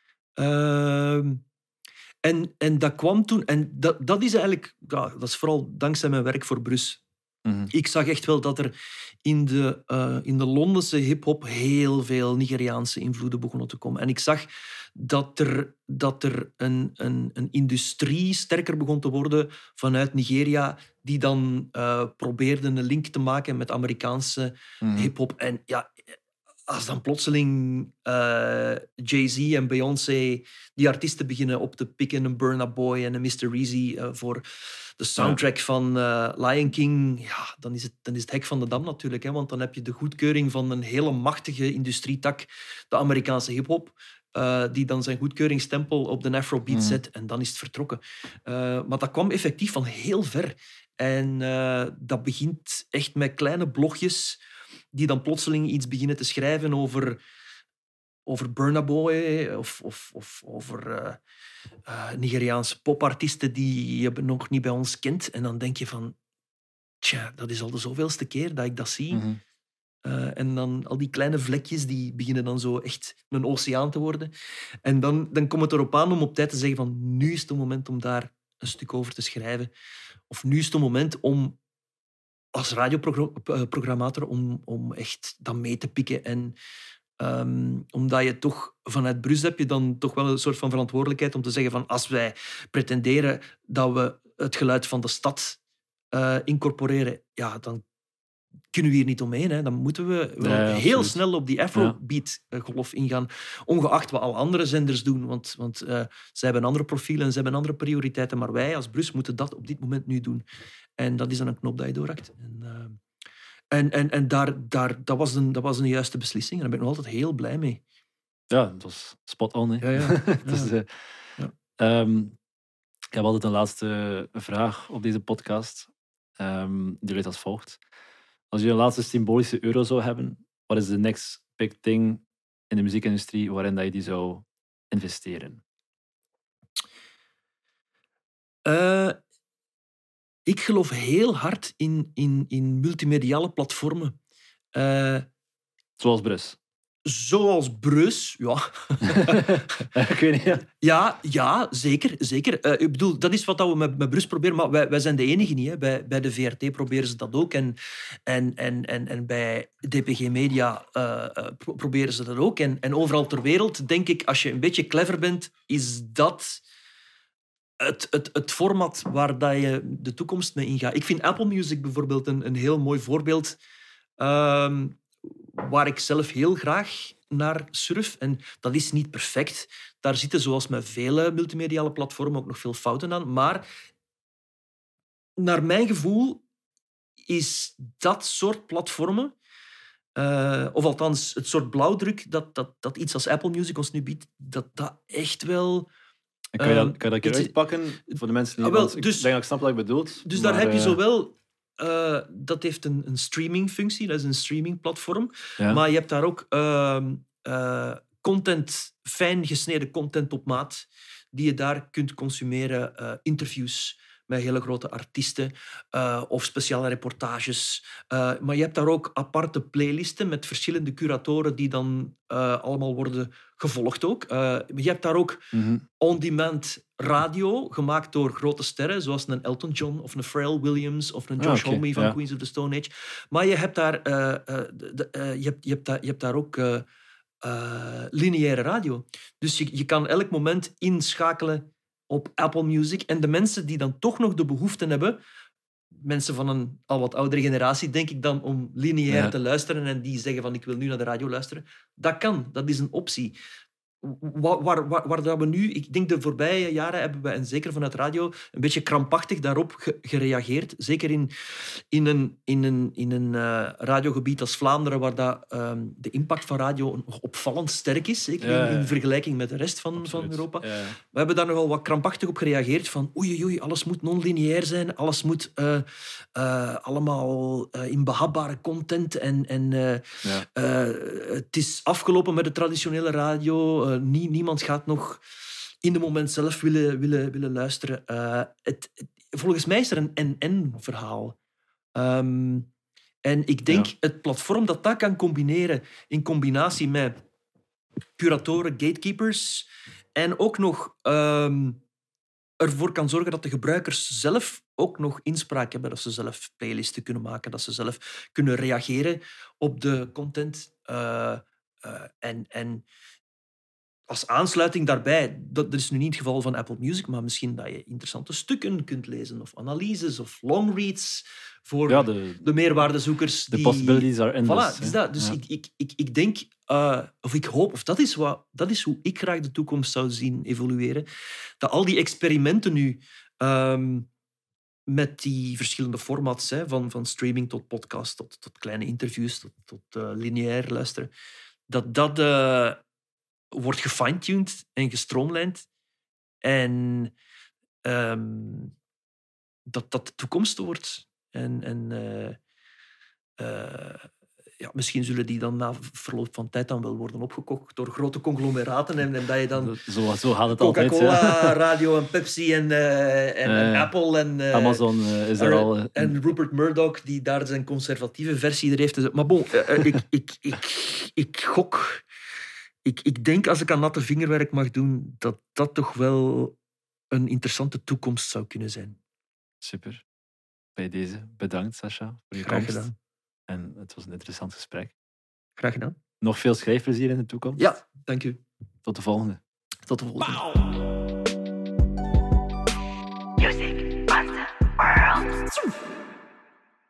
En dat kwam toen... En dat is eigenlijk... dat is vooral dankzij mijn werk voor Brus. Ik zag echt wel dat er in de Londense hiphop heel veel Nigeriaanse invloeden begonnen te komen. En ik zag dat er een industrie sterker begon te worden vanuit Nigeria, die dan probeerde een link te maken met Amerikaanse hiphop. En ja, als dan plotseling Jay-Z en Beyoncé die artiesten beginnen op te pikken, een Burna Boy en een Mr. Eazy voor de soundtrack van Lion King, dan is het hek van de dam natuurlijk. Hè, want dan heb je de goedkeuring van een hele machtige industrietak, de Amerikaanse hiphop, die dan zijn goedkeuringsstempel op de Afrobeat zet en dan is het vertrokken. Maar dat kwam effectief van heel ver. En dat begint echt met kleine blogjes die dan plotseling iets beginnen te schrijven over Burna Boy of over Nigeriaanse popartiesten die je nog niet bij ons kent. En dan denk je van, dat is al de zoveelste keer dat ik dat zie. En dan al die kleine vlekjes die beginnen dan zo echt een oceaan te worden. En dan komt het erop aan om op tijd te zeggen van, nu is het moment om daar een stuk over te schrijven. Of nu is het moment om als radioprogrammator om echt dat mee te pikken. En omdat je toch vanuit Brus heb je dan toch wel een soort van verantwoordelijkheid om te zeggen van als wij pretenderen dat we het geluid van de stad incorporeren, dan kunnen we hier niet omheen. Hè. Dan moeten we wel heel snel op die Afrobeat-golf ingaan. Ongeacht wat alle andere zenders doen. Want zij hebben andere profielen en ze hebben andere prioriteiten. Maar wij als Brus moeten dat op dit moment nu doen. En dat is dan een knop dat je doorhakt. En dat was een juiste beslissing. En daar ben ik nog altijd heel blij mee. Ja, dat was spot on. Hè. Ja. Dus, ik heb altijd een laatste vraag op deze podcast. Die luidt als volgt. Als je een laatste symbolische euro zou hebben, wat is de next big thing in de muziekindustrie waarin dat je die zou investeren? Ik geloof heel hard in multimediale platformen. Zoals Brus. Zoals Breus, ja. Ik weet niet. Ja, zeker. Ik bedoel, dat is wat we met Breus proberen. Maar wij zijn de enige niet. Hè. Bij de VRT proberen ze dat ook. En bij DPG Media proberen ze dat ook. En overal ter wereld, denk ik, als je een beetje clever bent, is dat het format waar dat je de toekomst mee ingaat. Ik vind Apple Music bijvoorbeeld een heel mooi voorbeeld... waar ik zelf heel graag naar surf. En dat is niet perfect. Daar zitten, zoals met vele multimediale platformen, ook nog veel fouten aan. Maar naar mijn gevoel is dat soort platformen, of althans het soort blauwdruk dat iets als Apple Music ons nu biedt, dat echt wel... Kan je dat een keer uitpakken voor de mensen die... Ik denk dat ik snap wat je bedoelt. Dus daar heb je zowel... dat heeft een streamingfunctie, dat is een streamingplatform. Ja. Maar je hebt daar ook content, fijn gesneden content op maat, die je daar kunt consumeren. Interviews met hele grote artiesten of speciale reportages. Maar je hebt daar ook aparte playlisten met verschillende curatoren die dan allemaal worden gevolgd ook. Je hebt daar ook on-demand radio, gemaakt door grote sterren, zoals een Elton John of een Pharrell Williams of een Josh Homme van Queens of the Stone Age. Maar je hebt daar, je hebt daar ook lineaire radio. Dus je kan elk moment inschakelen op Apple Music. En de mensen die dan toch nog de behoefte hebben, mensen van een al wat oudere generatie, denk ik dan, om lineair te luisteren en die zeggen van ik wil nu naar de radio luisteren, dat kan. Dat is een optie. Waar dat we nu... Ik denk de voorbije jaren hebben we, en zeker vanuit radio, een beetje krampachtig daarop gereageerd. Zeker in een radiogebied als Vlaanderen, waar de impact van radio nog opvallend sterk is. Zeker in vergelijking met de rest van Europa. Ja. We hebben daar nogal wat krampachtig op gereageerd. Van oei, alles moet non-lineair zijn. Alles moet allemaal in behapbare content. Het is afgelopen met de traditionele radio. Niemand gaat nog in het moment zelf willen luisteren. Volgens mij is er een en-en-verhaal. En ik denk het platform dat kan combineren in combinatie met curatoren, gatekeepers en ook nog ervoor kan zorgen dat de gebruikers zelf ook nog inspraak hebben, dat ze zelf playlisten kunnen maken, dat ze zelf kunnen reageren op de content. En als aansluiting daarbij, dat is nu niet het geval van Apple Music, maar misschien dat je interessante stukken kunt lezen of analyses of longreads voor de meerwaardezoekers. The possibilities are endless. Voilà, is dat. Dus ik denk, of ik hoop, of dat is hoe ik graag de toekomst zou zien evolueren, dat al die experimenten nu met die verschillende formats, van streaming tot podcast, tot kleine interviews, tot lineair luisteren, dat wordt gefine-tuned en gestroomlijnd. En dat de toekomst wordt. Misschien zullen die dan na verloop van tijd dan wel worden opgekocht door grote conglomeraten. En dat je dan zo gaat het Coca-Cola, altijd, Radio en Pepsi en Apple en Amazon is er al. En Rupert Murdoch, die daar zijn conservatieve versie er heeft. Maar bon, ik gok... Ik denk, als ik aan natte vingerwerk mag doen, dat toch wel een interessante toekomst zou kunnen zijn. Super. Bij deze bedankt, Sacha, voor je komst. Gedaan. En het was een interessant gesprek. Graag gedaan. Nog veel schrijfplezier in de toekomst. Ja, dank u. Tot de volgende. Tot de volgende. Music runs the world.